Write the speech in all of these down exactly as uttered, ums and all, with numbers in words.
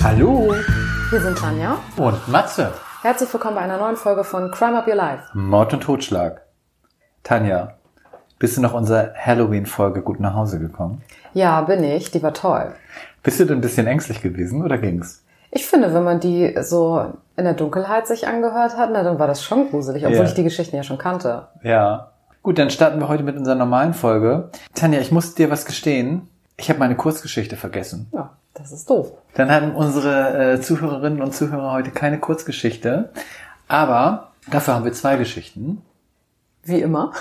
Hallo. Wir sind Tanja Und Matze. Herzlich willkommen bei einer neuen Folge von Crime Up Your Life. Mord und Totschlag. Tanja, bist du nach unserer Halloween-Folge gut nach Hause gekommen? Ja, bin ich. Die war toll. Bist du denn ein bisschen ängstlich gewesen oder ging's? Ich finde, wenn man die so in der Dunkelheit sich angehört hat, na, dann war das schon gruselig, obwohl Ja. ich die Geschichten ja schon kannte. Ja. Gut, dann starten wir heute mit unserer normalen Folge. Tanja, ich muss dir was gestehen. Ich habe meine Kurzgeschichte vergessen. Ja, das ist doof. Dann haben unsere äh, Zuhörerinnen und Zuhörer heute keine Kurzgeschichte. Aber dafür haben wir zwei Geschichten. Wie immer.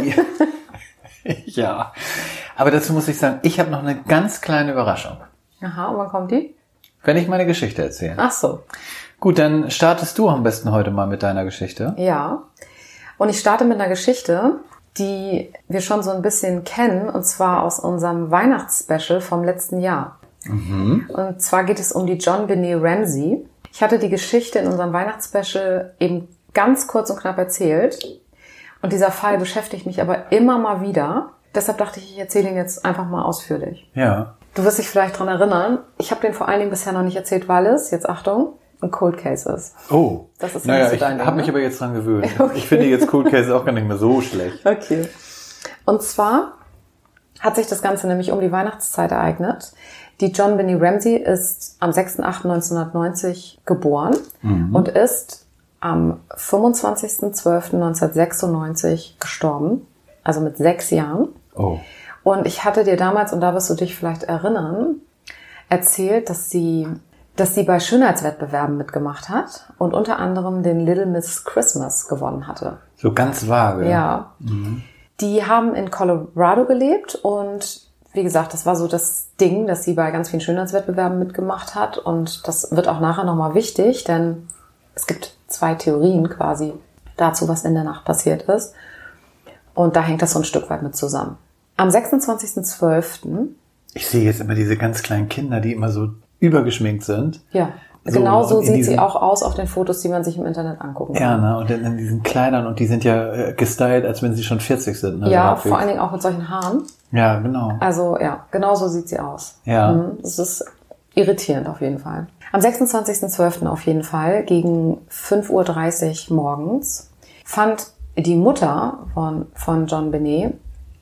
Ja. Aber dazu muss ich sagen, ich habe noch eine ganz kleine Überraschung. Aha, und wann kommt die? Wenn ich meine Geschichte erzähle. Ach so. Gut, dann startest du am besten heute mal mit deiner Geschichte. Ja. Und ich starte mit einer Geschichte, die wir schon so ein bisschen kennen, und zwar aus unserem Weihnachtsspecial vom letzten Jahr. Mhm. Und zwar geht es um die JonBenét Ramsey. Ich hatte die Geschichte in unserem Weihnachtsspecial eben ganz kurz und knapp erzählt. Und dieser Fall beschäftigt mich aber immer mal wieder. Deshalb dachte ich, ich erzähle ihn jetzt einfach mal ausführlich. Ja. Du wirst dich vielleicht dran erinnern, ich habe den vor allen Dingen bisher noch nicht erzählt, weil es, jetzt Achtung, ein Cold Case ist. Oh. Das ist ja naja, nicht so ich dein Ding, habe mich ne? aber jetzt dran gewöhnt. Okay. Ich finde jetzt Cold Case auch gar nicht mehr so schlecht. Okay. Und zwar hat sich das Ganze nämlich um die Weihnachtszeit ereignet. Die JonBenét Ramsey ist am sechster achter neunzehnhundertneunzig geboren Mhm. und ist am fünfundzwanzigster zwölfter neunzehnhundertsechsundneunzig gestorben, also mit sechs Jahren. Oh. Und ich hatte dir damals, und da wirst du dich vielleicht erinnern, erzählt, dass sie, dass sie bei Schönheitswettbewerben mitgemacht hat und unter anderem den Little Miss Christmas gewonnen hatte. So ganz vage. Ja. Mhm. Die haben in Colorado gelebt und wie gesagt, das war so das Ding, dass sie bei ganz vielen Schönheitswettbewerben mitgemacht hat, und das wird auch nachher nochmal wichtig, denn es gibt zwei Theorien quasi dazu, was in der Nacht passiert ist, und da hängt das so ein Stück weit mit zusammen. Am sechsundzwanzigster zwölfter Ich sehe jetzt immer diese ganz kleinen Kinder, die immer so übergeschminkt sind. Ja, So, genau so und in sieht diesen- sie auch aus auf den Fotos, die man sich im Internet angucken Ja, kann. ne? Und dann in diesen Kleidern, und die sind ja äh, gestylt, als wenn sie schon vierzig sind. Ne? Ja, Halbwegs. vor allen Dingen auch mit solchen Haaren. Ja, genau. Also ja, genau so sieht sie aus. Ja. Mhm, es ist irritierend auf jeden Fall. Am sechsundzwanzigster zwölfter auf jeden Fall gegen fünf Uhr dreißig morgens fand die Mutter von, von JonBenét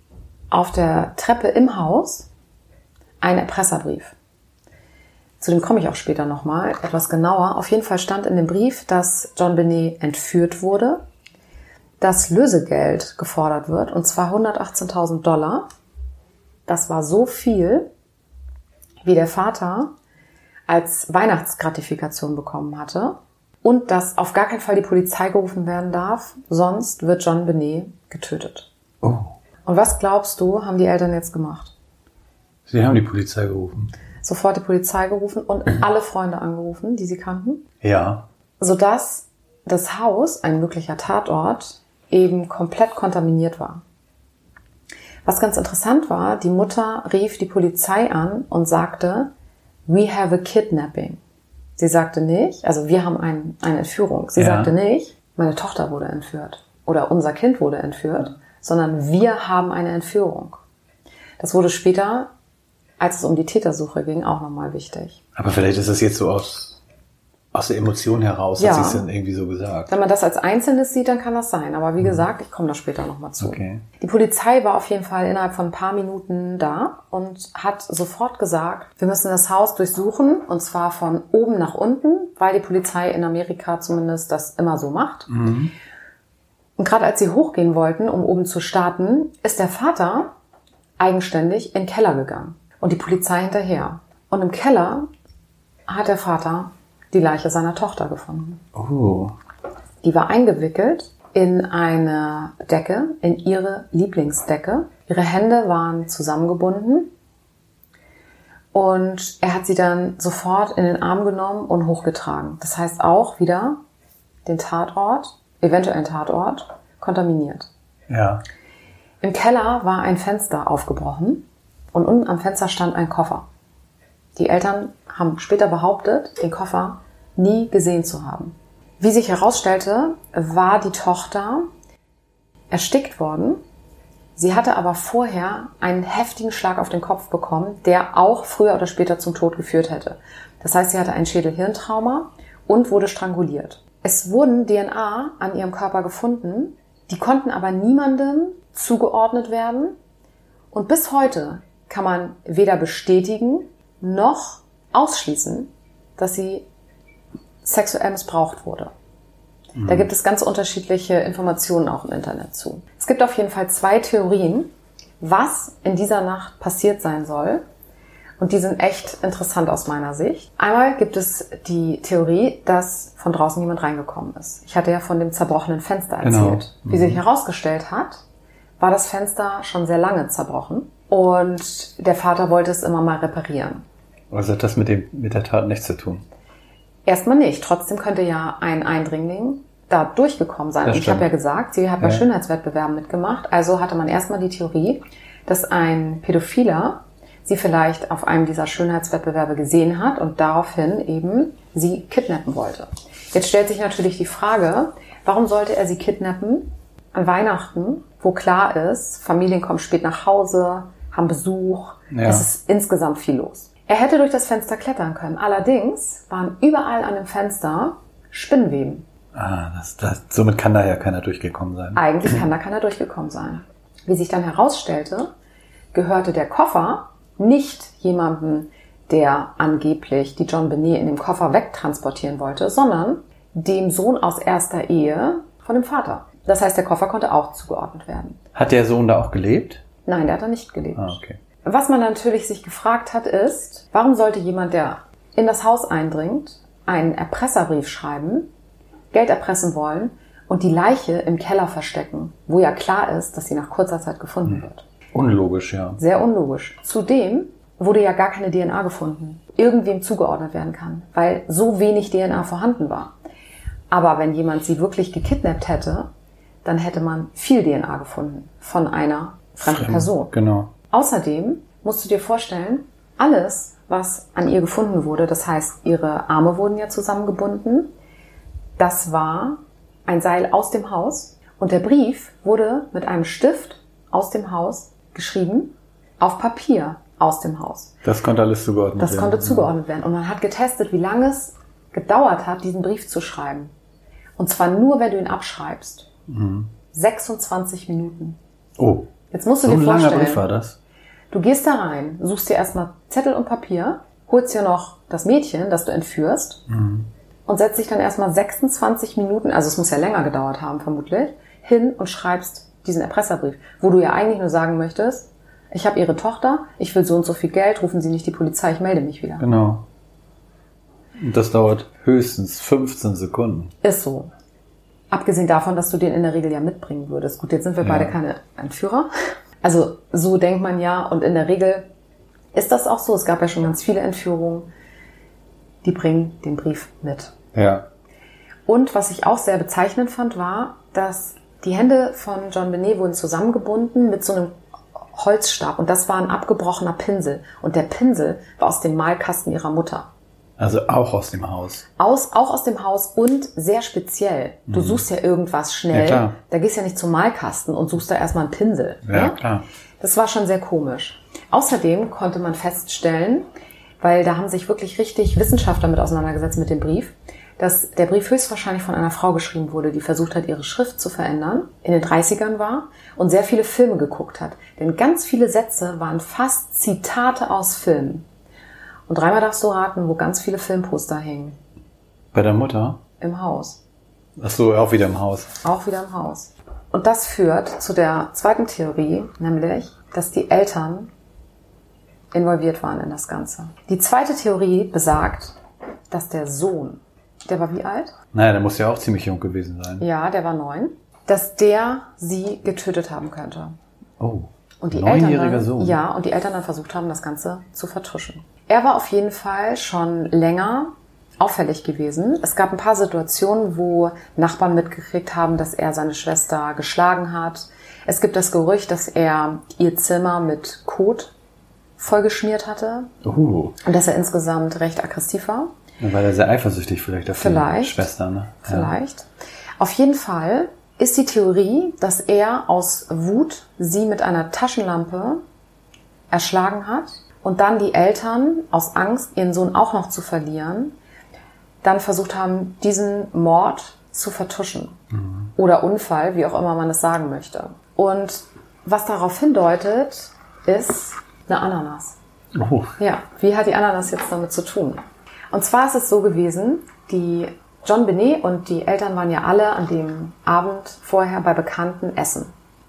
auf der Treppe im Haus einen Erpresserbrief. Zu dem komme ich auch später nochmal, etwas genauer. Auf jeden Fall stand in dem Brief, dass JonBenét entführt wurde, dass Lösegeld gefordert wird, und zwar hundertachtzehntausend Dollar. Das war so viel, wie der Vater als Weihnachtsgratifikation bekommen hatte, und dass auf gar keinen Fall die Polizei gerufen werden darf, sonst wird JonBenét getötet. Oh. Und was glaubst du, haben die Eltern jetzt gemacht? Sie haben die Polizei gerufen. Sofort die Polizei gerufen und alle Freunde angerufen, die sie kannten, Ja. sodass das Haus, ein möglicher Tatort, eben komplett kontaminiert war. Was ganz interessant war, die Mutter rief die Polizei an und sagte, "We have a kidnapping." Sie sagte nicht, also wir haben ein, eine Entführung. Sie Ja. sagte nicht, meine Tochter wurde entführt oder unser Kind wurde entführt, sondern wir haben eine Entführung. Das wurde später, als es um die Tätersuche ging, auch nochmal wichtig. Aber vielleicht ist das jetzt so aus, aus der Emotion heraus, Ja. hat sie es dann irgendwie so gesagt. Wenn man das als Einzelnes sieht, dann kann das sein. Aber wie gesagt, ich komme da später nochmal zu. Okay. Die Polizei war auf jeden Fall innerhalb von ein paar Minuten da und hat sofort gesagt, wir müssen das Haus durchsuchen, und zwar von oben nach unten, weil die Polizei in Amerika zumindest das immer so macht. Mhm. Und gerade als sie hochgehen wollten, um oben zu starten, ist der Vater eigenständig in den Keller gegangen und die Polizei hinterher. Und im Keller hat der Vater die Leiche seiner Tochter gefunden. Oh. Die war eingewickelt in eine Decke, in ihre Lieblingsdecke. Ihre Hände waren zusammengebunden und er hat sie dann sofort in den Arm genommen und hochgetragen. Das heißt auch wieder den Tatort, eventuellen Tatort, kontaminiert. Ja. Im Keller war ein Fenster aufgebrochen und unten am Fenster stand ein Koffer. Die Eltern haben später behauptet, den Koffer nie gesehen zu haben. Wie sich herausstellte, war die Tochter erstickt worden Sie hatte aber vorher einen heftigen Schlag auf den Kopf bekommen, der auch früher oder später zum Tod geführt hätte. Das heißt, sie hatte ein Schädel-Hirntrauma und wurde stranguliert. Es wurden D N A an ihrem Körper gefunden, die konnten aber niemandem zugeordnet werden. Und bis heute kann man weder bestätigen noch ausschließen, dass sie sexuell missbraucht wurde. Mhm. Da gibt es ganz unterschiedliche Informationen auch im Internet zu. Es gibt auf jeden Fall zwei Theorien, was in dieser Nacht passiert sein soll. Und die sind echt interessant aus meiner Sicht. Einmal gibt es die Theorie, dass von draußen jemand reingekommen ist. Ich hatte ja von dem zerbrochenen Fenster erzählt. Genau. Mhm. Wie sich herausgestellt hat, war das Fenster schon sehr lange zerbrochen. Und der Vater wollte es immer mal reparieren. Also hat das mit dem, mit der Tat nichts zu tun? Erstmal nicht. Trotzdem könnte ja ein Eindringling da durchgekommen sein. Und ich habe ja gesagt, sie hat bei ja. Schönheitswettbewerben mitgemacht. Also hatte man erstmal die Theorie, dass ein Pädophiler sie vielleicht auf einem dieser Schönheitswettbewerbe gesehen hat und daraufhin eben sie kidnappen wollte. Jetzt stellt sich natürlich die Frage, warum sollte er sie kidnappen an Weihnachten, wo klar ist, Familien kommen spät nach Hause, haben Besuch, ja. es ist insgesamt viel los. Er hätte durch das Fenster klettern können. Allerdings waren überall an dem Fenster Spinnweben. Ah, das, das, somit kann da ja keiner durchgekommen sein. Eigentlich kann da keiner durchgekommen sein. Wie sich dann herausstellte, gehörte der Koffer nicht jemandem, der angeblich die JonBenét in dem Koffer wegtransportieren wollte, sondern dem Sohn aus erster Ehe von dem Vater. Das heißt, der Koffer konnte auch zugeordnet werden. Hat der Sohn da auch gelebt? Nein, der hat da nicht gelebt. Ah, okay. Was man natürlich sich gefragt hat, ist, warum sollte jemand, der in das Haus eindringt, einen Erpresserbrief schreiben, Geld erpressen wollen und die Leiche im Keller verstecken, wo ja klar ist, dass sie nach kurzer Zeit gefunden hm. wird. Unlogisch, ja. Sehr unlogisch. Zudem wurde ja gar keine D N A gefunden, irgendwem zugeordnet werden kann, weil so wenig D N A vorhanden war. Aber wenn jemand sie wirklich gekidnappt hätte, dann hätte man viel D N A gefunden von einer fremden Fremd, Person. Genau. Außerdem musst du dir vorstellen, alles, was an ihr gefunden wurde, das heißt, ihre Arme wurden ja zusammengebunden, das war ein Seil aus dem Haus und der Brief wurde mit einem Stift aus dem Haus geschrieben, auf Papier aus dem Haus. Das konnte alles zugeordnet das werden. Das konnte zugeordnet werden. Und man hat getestet, wie lange es gedauert hat, diesen Brief zu schreiben. Und zwar nur, wenn du ihn abschreibst. Mhm. sechsundzwanzig Minuten. Oh. Jetzt musst du so dir vorstellen. So ein langer Brief war das? Du gehst da rein, suchst dir erstmal Zettel und Papier, holst dir noch das Mädchen, das du entführst, mhm. und setzt dich dann erstmal sechsundzwanzig Minuten, also es muss ja länger gedauert haben vermutlich, hin und schreibst diesen Erpresserbrief, wo du ja eigentlich nur sagen möchtest, ich habe Ihre Tochter, ich will so und so viel Geld, rufen Sie nicht die Polizei, ich melde mich wieder. Genau. Und das dauert höchstens fünfzehn Sekunden. Ist so. Abgesehen davon, dass du den in der Regel ja mitbringen würdest. Gut, jetzt sind wir ja. beide keine Entführer. Also so denkt man ja und in der Regel ist das auch so. Es gab ja schon ganz viele Entführungen, die bringen den Brief mit. Ja. Und was ich auch sehr bezeichnend fand, war, dass die Hände von JonBenét wurden zusammengebunden mit so einem Holzstab. Und das war ein abgebrochener Pinsel. Und der Pinsel war aus dem Malkasten ihrer Mutter. Also auch aus dem Haus? Aus, auch aus dem Haus und sehr speziell. Du mhm. suchst ja irgendwas schnell. Ja, klar. Da gehst ja nicht zum Malkasten und suchst da erstmal einen Pinsel. Ja, ja, klar. Das war schon sehr komisch. Außerdem konnte man feststellen, weil da haben sich wirklich richtig Wissenschaftler mit auseinandergesetzt mit dem Brief, dass der Brief höchstwahrscheinlich von einer Frau geschrieben wurde, die versucht hat, ihre Schrift zu verändern, in den dreißigern war und sehr viele Filme geguckt hat. Denn ganz viele Sätze waren fast Zitate aus Filmen. Und dreimal darfst du raten, wo ganz viele Filmposter hingen. Bei der Mutter? Im Haus. Ach so, auch wieder im Haus. Auch wieder im Haus. Und das führt zu der zweiten Theorie, nämlich, dass die Eltern involviert waren in das Ganze. Die zweite Theorie besagt, dass der Sohn, der war wie alt? Naja, der muss ja auch ziemlich jung gewesen sein. Ja, der war neun. Dass der sie getötet haben könnte. Oh, und die neunjähriger Eltern dann, Sohn. Ja, und die Eltern dann versucht haben, das Ganze zu vertuschen. Er war auf jeden Fall schon länger auffällig gewesen. Es gab ein paar Situationen, wo Nachbarn mitgekriegt haben, dass er seine Schwester geschlagen hat. Es gibt das Gerücht, dass er ihr Zimmer mit Kot vollgeschmiert hatte. Uh. Und dass er insgesamt recht aggressiv war. Dann war er sehr eifersüchtig vielleicht auf vielleicht, die Schwester, ne? Vielleicht. Ja. Auf jeden Fall ist die Theorie, dass er aus Wut sie mit einer Taschenlampe erschlagen hat und dann die Eltern aus Angst, ihren Sohn auch noch zu verlieren, dann versucht haben, diesen Mord zu vertuschen. Mhm. Oder Unfall, wie auch immer man es sagen möchte. Und was darauf hindeutet, ist eine Ananas. Oh. Ja, wie hat die Ananas jetzt damit zu tun? Und zwar ist es so gewesen, die John Benet und die Eltern waren ja alle an dem Abend vorher bei Bekannten essen.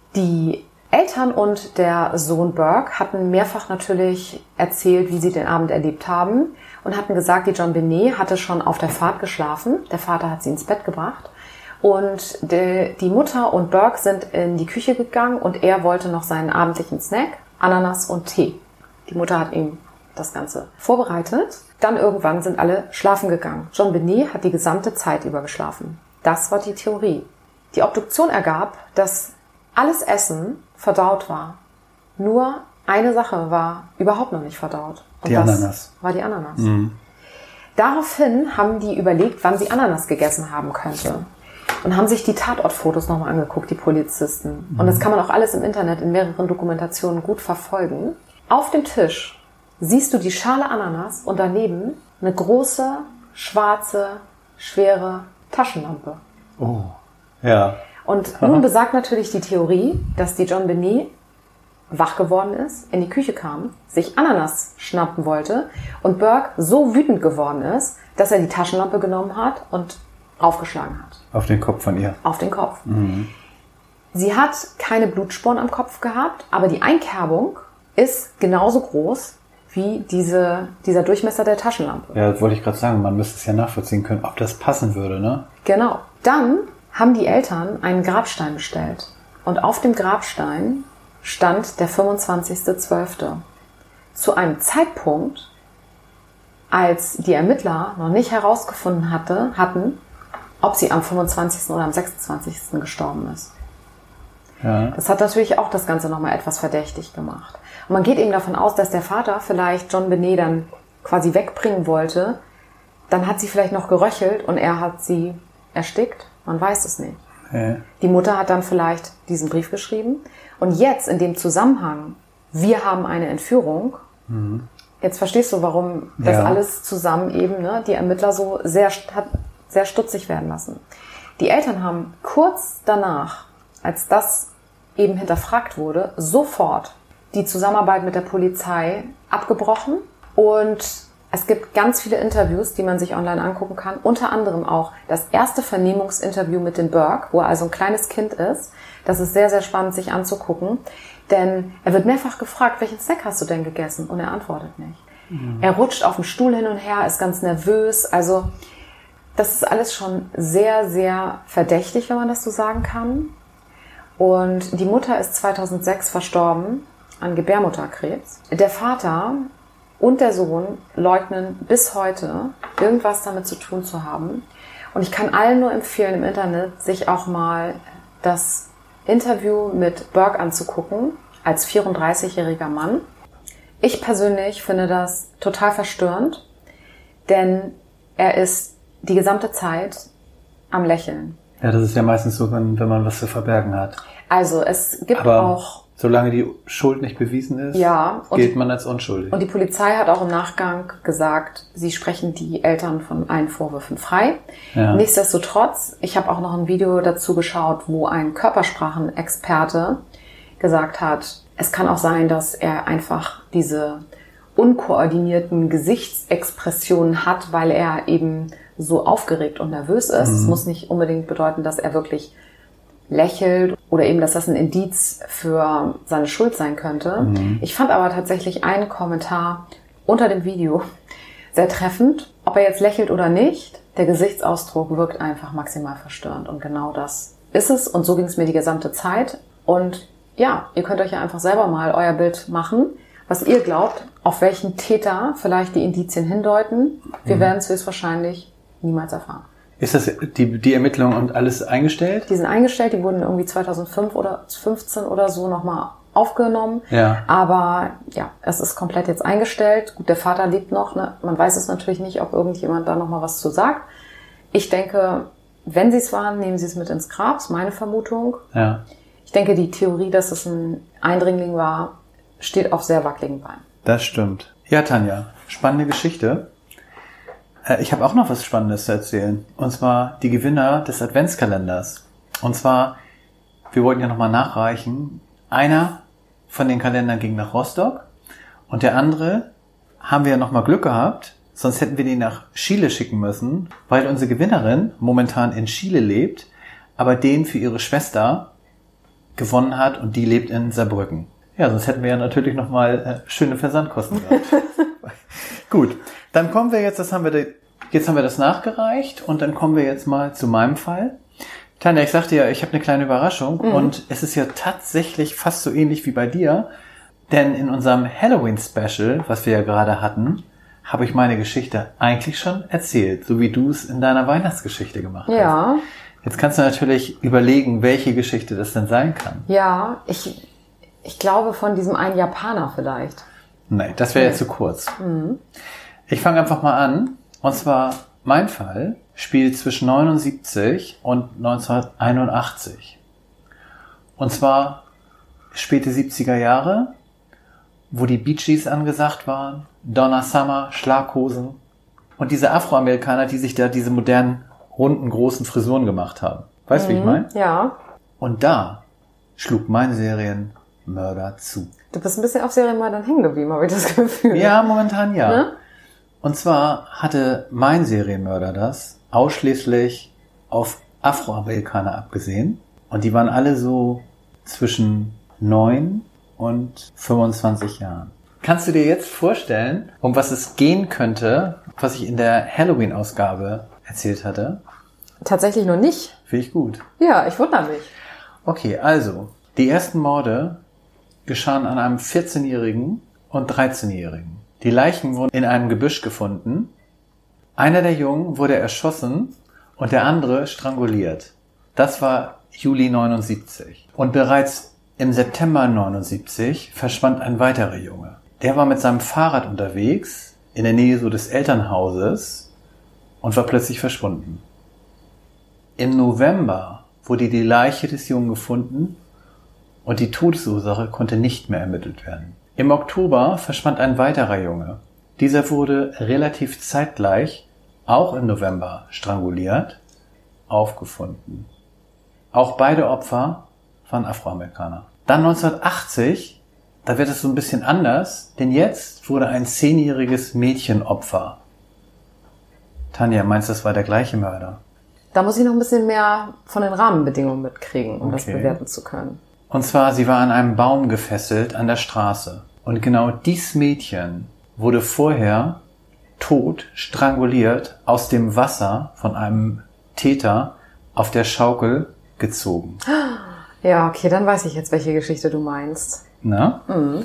Die Eltern und der Sohn Burke hatten mehrfach natürlich erzählt, wie sie den Abend erlebt haben und hatten gesagt, die John Benet hatte schon auf der Fahrt geschlafen. Der Vater hat sie ins Bett gebracht und die, die Mutter und Burke sind in die Küche gegangen und er wollte noch seinen abendlichen Snack, Ananas und Tee. Die Mutter hat ihm das Ganze vorbereitet. Dann irgendwann sind alle schlafen gegangen. John Benet hat die gesamte Zeit über geschlafen. Das war die Theorie. Die Obduktion ergab, dass alles Essen verdaut war. Nur eine Sache war überhaupt noch nicht verdaut. Und die das Ananas. war die Ananas. Mhm. Daraufhin haben die überlegt, wann sie Ananas gegessen haben könnte. Und haben sich die Tatortfotos nochmal angeguckt, die Polizisten. Mhm. Und das kann man auch alles im Internet in mehreren Dokumentationen gut verfolgen. Auf dem Tisch siehst du die Schale Ananas und daneben eine große, schwarze, schwere Taschenlampe. Oh, ja. Und nun besagt natürlich die Theorie, dass die John Benet wach geworden ist, in die Küche kam, sich Ananas schnappen wollte und Burke so wütend geworden ist, dass er die Taschenlampe genommen hat und aufgeschlagen hat. Auf den Kopf von ihr? Auf den Kopf. Mhm. Sie hat keine Blutspuren am Kopf gehabt, aber die Einkerbung ist genauso groß wie diese, dieser Durchmesser der Taschenlampe. Ja, das wollte ich gerade sagen. Man müsste es ja nachvollziehen können, ob das passen würde, ne? Genau. Dann haben die Eltern einen Grabstein bestellt. Und auf dem Grabstein stand der fünfundzwanzigster zwölfter Zu einem Zeitpunkt, als die Ermittler noch nicht herausgefunden hatte, hatten, ob sie am fünfundzwanzigsten oder am sechsundzwanzigsten gestorben ist. Ja. Das hat natürlich auch das Ganze nochmal etwas verdächtig gemacht. Und man geht eben davon aus, dass der Vater vielleicht John Benet dann quasi wegbringen wollte. Dann hat sie vielleicht noch geröchelt und er hat sie erstickt. Man weiß es nicht. Ja. Die Mutter hat dann vielleicht diesen Brief geschrieben. Und jetzt in dem Zusammenhang, wir haben eine Entführung. Mhm. Jetzt verstehst du, warum das ja. alles zusammen eben, ne, die Ermittler so sehr, hat sehr stutzig werden lassen. Die Eltern haben kurz danach, als das eben hinterfragt wurde, sofort die Zusammenarbeit mit der Polizei abgebrochen. Und es gibt ganz viele Interviews, die man sich online angucken kann. Unter anderem auch das erste Vernehmungsinterview mit dem Burke, wo er also ein kleines Kind ist. Das ist sehr, sehr spannend, sich anzugucken. Denn er wird mehrfach gefragt, welchen Snack hast du denn gegessen? Und er antwortet nicht. Mhm. Er rutscht auf dem Stuhl hin und her, ist ganz nervös. Also das ist alles schon sehr, sehr verdächtig, wenn man das so sagen kann. Und die Mutter ist zweitausendsechs verstorben an Gebärmutterkrebs. Der Vater und der Sohn leugnen bis heute, irgendwas damit zu tun zu haben. Und ich kann allen nur empfehlen, im Internet sich auch mal das Interview mit Burke anzugucken, als vierunddreißigjähriger Mann. Ich persönlich finde das total verstörend, denn er ist die gesamte Zeit am Lächeln. Ja, das ist ja meistens so, wenn, wenn man was zu verbergen hat. Also es gibt Aber auch... solange die Schuld nicht bewiesen ist, ja, gilt man als unschuldig. Und die Polizei hat auch im Nachgang gesagt, sie sprechen die Eltern von allen Vorwürfen frei. Ja. Nichtsdestotrotz, ich habe auch noch ein Video dazu geschaut, wo ein Körpersprachenexperte gesagt hat, es kann auch sein, dass er einfach diese unkoordinierten Gesichtsexpressionen hat, weil er eben so aufgeregt und nervös ist. Es mhm. muss nicht unbedingt bedeuten, dass er wirklich lächelt oder eben, dass das ein Indiz für seine Schuld sein könnte. Mhm. Ich fand aber tatsächlich einen Kommentar unter dem Video sehr treffend. Ob er jetzt lächelt oder nicht, der Gesichtsausdruck wirkt einfach maximal verstörend. Und genau das ist es. Und so ging es mir die gesamte Zeit. Und ja, ihr könnt euch ja einfach selber mal euer Bild machen, was ihr glaubt, auf welchen Täter vielleicht die Indizien hindeuten. Wir mhm. werden es höchstwahrscheinlich niemals erfahren. Ist das die, die Ermittlungen und alles eingestellt? Die sind eingestellt, die wurden irgendwie zweitausendfünf oder fünfzehn oder so nochmal aufgenommen. Ja. Aber ja, es ist komplett jetzt eingestellt. Gut, der Vater lebt noch, ne? Man weiß es natürlich nicht, ob irgendjemand da nochmal was zu sagt. Ich denke, wenn sie es waren, nehmen sie es mit ins Grab, ist meine Vermutung. Ja. Ich denke, die Theorie, dass es ein Eindringling war, steht auf sehr wackeligen Beinen. Das stimmt. Ja, Tanja, spannende Geschichte. Ich habe auch noch was Spannendes zu erzählen. Und zwar die Gewinner des Adventskalenders. Und zwar, wir wollten ja nochmal nachreichen, einer von den Kalendern ging nach Rostock und der andere haben wir ja nochmal Glück gehabt, sonst hätten wir den nach Chile schicken müssen, weil unsere Gewinnerin momentan in Chile lebt, aber den für ihre Schwester gewonnen hat und die lebt in Saarbrücken. Ja, sonst hätten wir ja natürlich nochmal äh, schöne Versandkosten gehabt. Gut, dann kommen wir jetzt, das haben wir, jetzt haben wir das nachgereicht und dann kommen wir jetzt mal zu meinem Fall. Tanja, ich sagte ja, ich habe eine kleine Überraschung mhm. und es ist ja tatsächlich fast so ähnlich wie bei dir, denn in unserem Halloween-Special, was wir ja gerade hatten, habe ich meine Geschichte eigentlich schon erzählt, so wie du es in deiner Weihnachtsgeschichte gemacht hast. Ja. Jetzt kannst du natürlich überlegen, welche Geschichte das denn sein kann. Ja, ich, ich glaube von diesem einen Japaner vielleicht. Nein, das wäre nee. jetzt zu kurz. Mhm. Ich fange einfach mal an. Und zwar, mein Fall spielt zwischen neunundsiebzig und neunzehnhunderteinundachtzig. Und zwar späte siebziger Jahre, wo die Bee Gees angesagt waren, Donna Summer, Schlaghosen und diese Afroamerikaner, die sich da diese modernen, runden, großen Frisuren gemacht haben. Weißt du, mhm, wie ich meine? Ja. Und da schlug mein Serienmörder zu. Du bist ein bisschen auf Serienmördern hängen geblieben, habe ich das Gefühl. Ja, momentan ja. Ne? Und zwar hatte mein Serienmörder das ausschließlich auf Afroamerikaner abgesehen. Und die waren alle so zwischen neun und fünfundzwanzig Jahren. Kannst du dir jetzt vorstellen, um was es gehen könnte, was ich in der Halloween-Ausgabe erzählt hatte? Tatsächlich noch nicht. Finde ich gut. Ja, ich wundere mich. Okay, also, die ersten Morde geschahen an einem vierzehnjährigen und dreizehnjährigen. Die Leichen wurden in einem Gebüsch gefunden. Einer der Jungen wurde erschossen und der andere stranguliert. Das war Juli neunundsiebzig. Und bereits im September neunundsiebzig verschwand ein weiterer Junge. Der war mit seinem Fahrrad unterwegs, in der Nähe so des Elternhauses und war plötzlich verschwunden. Im November wurde die Leiche des Jungen gefunden und die Todesursache konnte nicht mehr ermittelt werden. Im Oktober verschwand ein weiterer Junge. Dieser wurde relativ zeitgleich, auch im November, stranguliert, aufgefunden. Auch beide Opfer waren Afroamerikaner. Dann neunzehnhundertachtzig, da wird es so ein bisschen anders, denn jetzt wurde ein zehnjähriges Mädchen Opfer. Tanja, meinst du, das war der gleiche Mörder? Da muss ich noch ein bisschen mehr von den Rahmenbedingungen mitkriegen, um Okay. das bewerten zu können. Und zwar, sie war an einem Baum gefesselt an der Straße. Und genau dies Mädchen wurde vorher tot, stranguliert, aus dem Wasser von einem Täter auf der Schaukel gezogen. Ja, okay, dann weiß ich jetzt, welche Geschichte du meinst. Na? Mhm.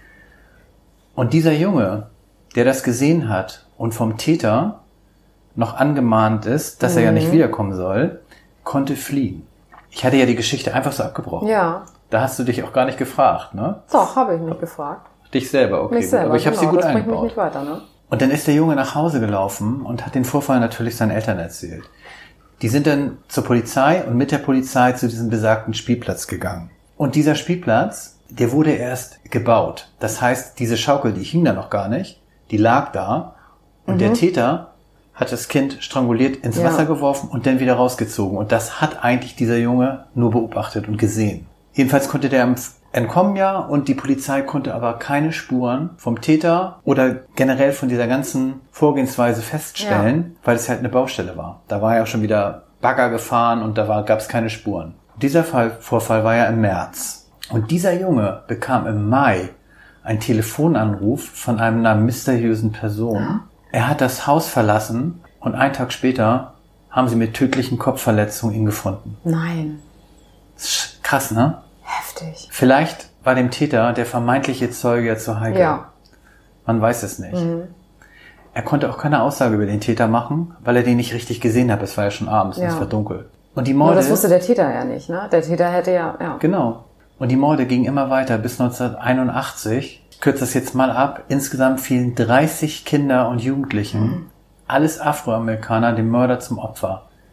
Und dieser Junge, der das gesehen hat und vom Täter noch angemahnt ist, dass mhm. er ja nicht wiederkommen soll, konnte fliehen. Ich hatte ja die Geschichte einfach so abgebrochen. Ja. Da hast du dich auch gar nicht gefragt, ne? Doch, habe ich mich gefragt. Dich selber, okay. Mich selber, aber ich habe genau, sie gut das bringt mich eingebaut. nicht weiter, ne? Und dann ist der Junge nach Hause gelaufen und hat den Vorfall natürlich seinen Eltern erzählt. Die sind dann zur Polizei und mit der Polizei zu diesem besagten Spielplatz gegangen. Und dieser Spielplatz, der wurde erst gebaut. Das heißt, diese Schaukel, die hing da noch gar nicht, die lag da und Mhm. der Täter hat das Kind stranguliert ins Ja. Wasser geworfen und dann wieder rausgezogen. Und das hat eigentlich dieser Junge nur beobachtet und gesehen. Jedenfalls konnte der entkommen ja und die Polizei konnte aber keine Spuren vom Täter oder generell von dieser ganzen Vorgehensweise feststellen, weil es halt eine Baustelle war. Da war ja schon wieder Bagger gefahren und da gab es keine Spuren. Dieser Fall, Vorfall war ja im März. Und dieser Junge bekam im Mai einen Telefonanruf von einer mysteriösen Person. Ja. Er hat das Haus verlassen und einen Tag später haben sie mit tödlichen Kopfverletzungen ihn gefunden. Nein. Krass, ne? Heftig. Vielleicht war dem Täter der vermeintliche Zeuge ja zu heikel. Ja. Man weiß es nicht. Mhm. Er konnte auch keine Aussage über den Täter machen, weil er den nicht richtig gesehen hat. Es war ja schon abends, Ja. und es war dunkel. Und die Nur Morde... das wusste der Täter ja nicht, ne? Der Täter hätte ja, ja. Genau. Und die Morde gingen immer weiter bis neunzehnhunderteinundachtzig. Ich kürze das jetzt mal ab. Insgesamt fielen dreißig Kinder und Jugendlichen, Mhm. alles Afroamerikaner, dem Mörder zum Opfer.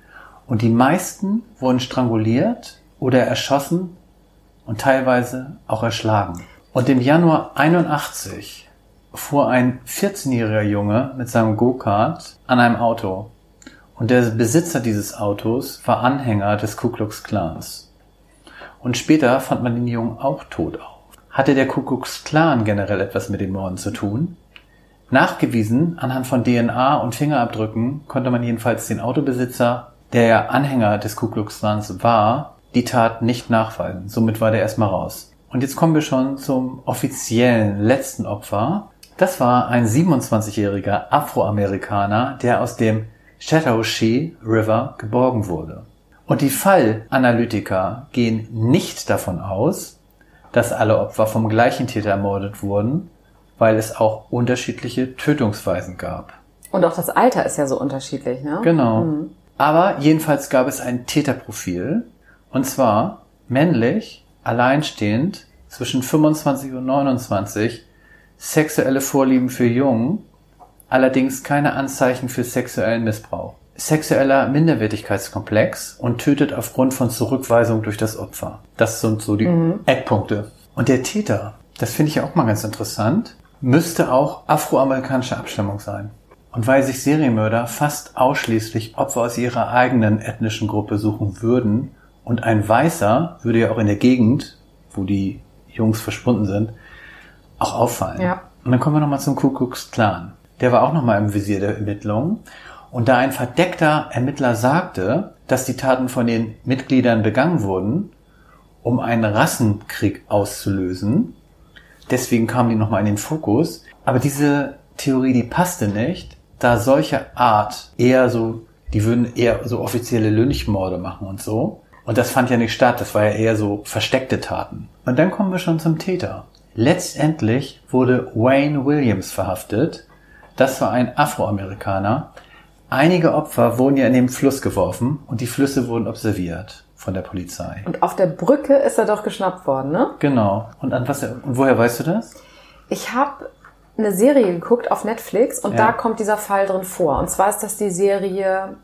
Und die meisten wurden stranguliert oder erschossen und teilweise auch erschlagen. Und im Januar einundachtzig fuhr ein vierzehnjähriger Junge mit seinem Go-Kart an einem Auto. Und der Besitzer dieses Autos war Anhänger des Ku Klux Klans. Und später fand man den Jungen auch tot auf. Hatte der Ku Klux Klan generell etwas mit den Morden zu tun? Nachgewiesen anhand von D N A und Fingerabdrücken konnte man jedenfalls den Autobesitzer, der ja Anhänger des Ku Klux Klans war, die Tat nicht nachweisen. Somit war der erstmal raus. Und jetzt kommen wir schon zum offiziellen letzten Opfer. Das war ein siebenundzwanzigjähriger Afroamerikaner, der aus dem Chattahoochee River geborgen wurde. Und die Fallanalytiker gehen nicht davon aus, dass alle Opfer vom gleichen Täter ermordet wurden, weil es auch unterschiedliche Tötungsweisen gab. Und auch das Alter ist ja so unterschiedlich, ne? Genau. Mhm. Aber jedenfalls gab es ein Täterprofil, und zwar männlich, alleinstehend, zwischen fünfundzwanzig und neunundzwanzig, sexuelle Vorlieben für Jungen, allerdings keine Anzeichen für sexuellen Missbrauch. Sexueller Minderwertigkeitskomplex und tötet aufgrund von Zurückweisung durch das Opfer. Das sind so die mhm. Eckpunkte. Und der Täter, das finde ich ja auch mal ganz interessant, müsste auch afroamerikanischer Abstammung sein. Und weil sich Serienmörder fast ausschließlich Opfer aus ihrer eigenen ethnischen Gruppe suchen würden und ein Weißer würde ja auch in der Gegend, wo die Jungs verschwunden sind, auch auffallen. Ja. Und dann kommen wir nochmal zum Ku Klux Klan. Der war auch nochmal im Visier der Ermittlungen. Und da ein verdeckter Ermittler sagte, dass die Taten von den Mitgliedern begangen wurden, um einen Rassenkrieg auszulösen, deswegen kamen die nochmal in den Fokus. Aber diese Theorie, die passte nicht, da solche Art eher so, die würden eher so offizielle Lynchmorde machen und so. Und das fand ja nicht statt, das war ja eher so versteckte Taten. Und dann kommen wir schon zum Täter. Letztendlich wurde Wayne Williams verhaftet. Das war ein Afroamerikaner. Einige Opfer wurden ja in den Fluss geworfen und die Flüsse wurden observiert von der Polizei. Und auf der Brücke ist er doch geschnappt worden, ne? Genau. Und an was? Und woher weißt du das? Ich habe eine Serie geguckt auf Netflix und ja. Da kommt dieser Fall drin vor. Und zwar ist das die Serie...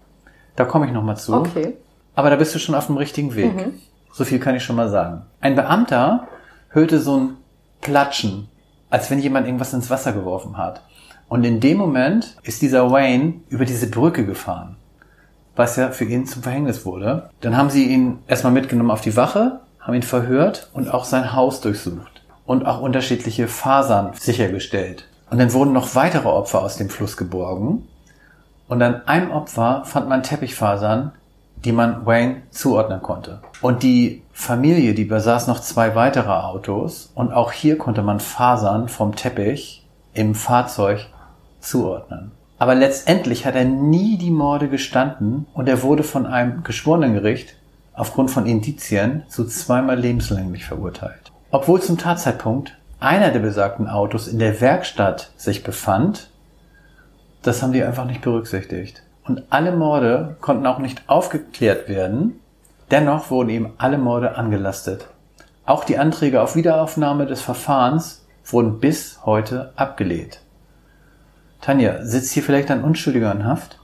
Da komme ich nochmal zu. Okay. Aber da bist du schon auf dem richtigen Weg. Mhm. So viel kann ich schon mal sagen. Ein Beamter hörte so ein Platschen, als wenn jemand irgendwas ins Wasser geworfen hat. Und in dem Moment ist dieser Wayne über diese Brücke gefahren, was ja für ihn zum Verhängnis wurde. Dann haben sie ihn erstmal mitgenommen auf die Wache, haben ihn verhört und auch sein Haus durchsucht und auch unterschiedliche Fasern sichergestellt. Und dann wurden noch weitere Opfer aus dem Fluss geborgen. Und an einem Opfer fand man Teppichfasern, die man Wayne zuordnen konnte. Und die Familie, die besaß noch zwei weitere Autos. Und auch hier konnte man Fasern vom Teppich im Fahrzeug zuordnen. Aber letztendlich hat er nie die Morde gestanden und er wurde von einem Geschworenengericht aufgrund von Indizien zu zweimal lebenslänglich verurteilt. Obwohl zum Tatzeitpunkt einer der besagten Autos in der Werkstatt sich befand, das haben die einfach nicht berücksichtigt. Und alle Morde konnten auch nicht aufgeklärt werden. Dennoch wurden ihm alle Morde angelastet. Auch die Anträge auf Wiederaufnahme des Verfahrens wurden bis heute abgelehnt. Tanja, sitzt hier vielleicht ein Unschuldiger in Haft?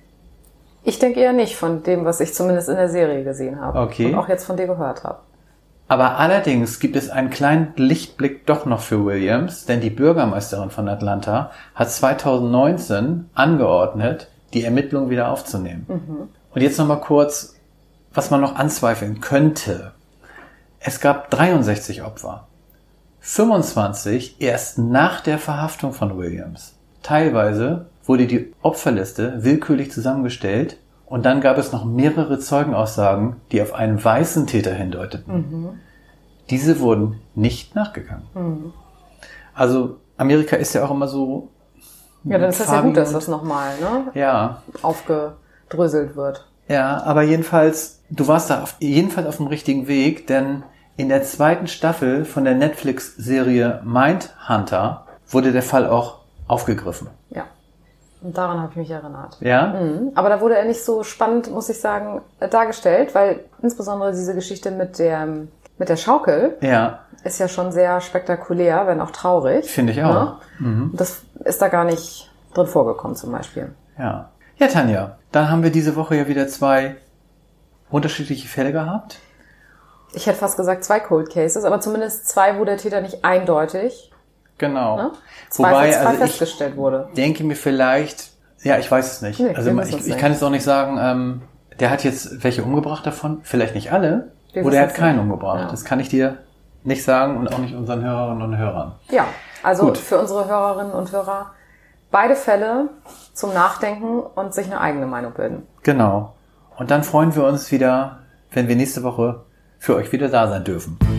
Ich denke eher nicht, von dem, was ich zumindest in der Serie gesehen habe. Okay. Und auch jetzt von dir gehört habe. Aber allerdings gibt es einen kleinen Lichtblick doch noch für Williams, denn die Bürgermeisterin von Atlanta hat zweitausendneunzehn angeordnet, die Ermittlungen wieder aufzunehmen. Mhm. Und jetzt nochmal kurz, was man noch anzweifeln könnte. Es gab dreiundsechzig Opfer. fünfundzwanzig erst nach der Verhaftung von Williams. Teilweise wurde die Opferliste willkürlich zusammengestellt und dann gab es noch mehrere Zeugenaussagen, die auf einen weißen Täter hindeuteten. Mhm. Diese wurden nicht nachgegangen. Mhm. Also Amerika ist ja auch immer so... Ja, dann ist das ja gut, dass das nochmal ne? ja. aufgedröselt wird. Ja, aber jedenfalls, du warst da auf, jedenfalls auf dem richtigen Weg, denn in der zweiten Staffel von der Netflix-Serie Mindhunter wurde der Fall auch aufgegriffen. Ja, und daran habe ich mich erinnert. Ja? Mhm. Aber da wurde er nicht so spannend, muss ich sagen, dargestellt, weil insbesondere diese Geschichte mit der, mit der Schaukel ja. ist ja schon sehr spektakulär, wenn auch traurig. Finde ich auch. Ne? Mhm. Das ist da gar nicht drin vorgekommen zum Beispiel. Ja. Ja, Tanja, dann haben wir diese Woche ja wieder zwei unterschiedliche Fälle gehabt. Ich hätte fast gesagt zwei Cold Cases, aber zumindest zwei, wo der Täter nicht eindeutig Genau. ne, Wobei, zweifelsfrei also festgestellt wurde. Ich denke mir vielleicht, ja, ich weiß es nicht. Nee, also wir ich, wissen es ich nicht. kann jetzt auch nicht sagen, ähm, der hat jetzt welche umgebracht davon, vielleicht nicht alle, Wir oder er wissen hat es keinen nicht. umgebracht. Ja. Das kann ich dir nicht sagen und auch nicht unseren Hörerinnen und Hörern. Ja, also Gut. für unsere Hörerinnen und Hörer beide Fälle zum Nachdenken und sich eine eigene Meinung bilden. Genau. Und dann freuen wir uns wieder, wenn wir nächste Woche für euch wieder da sein dürfen.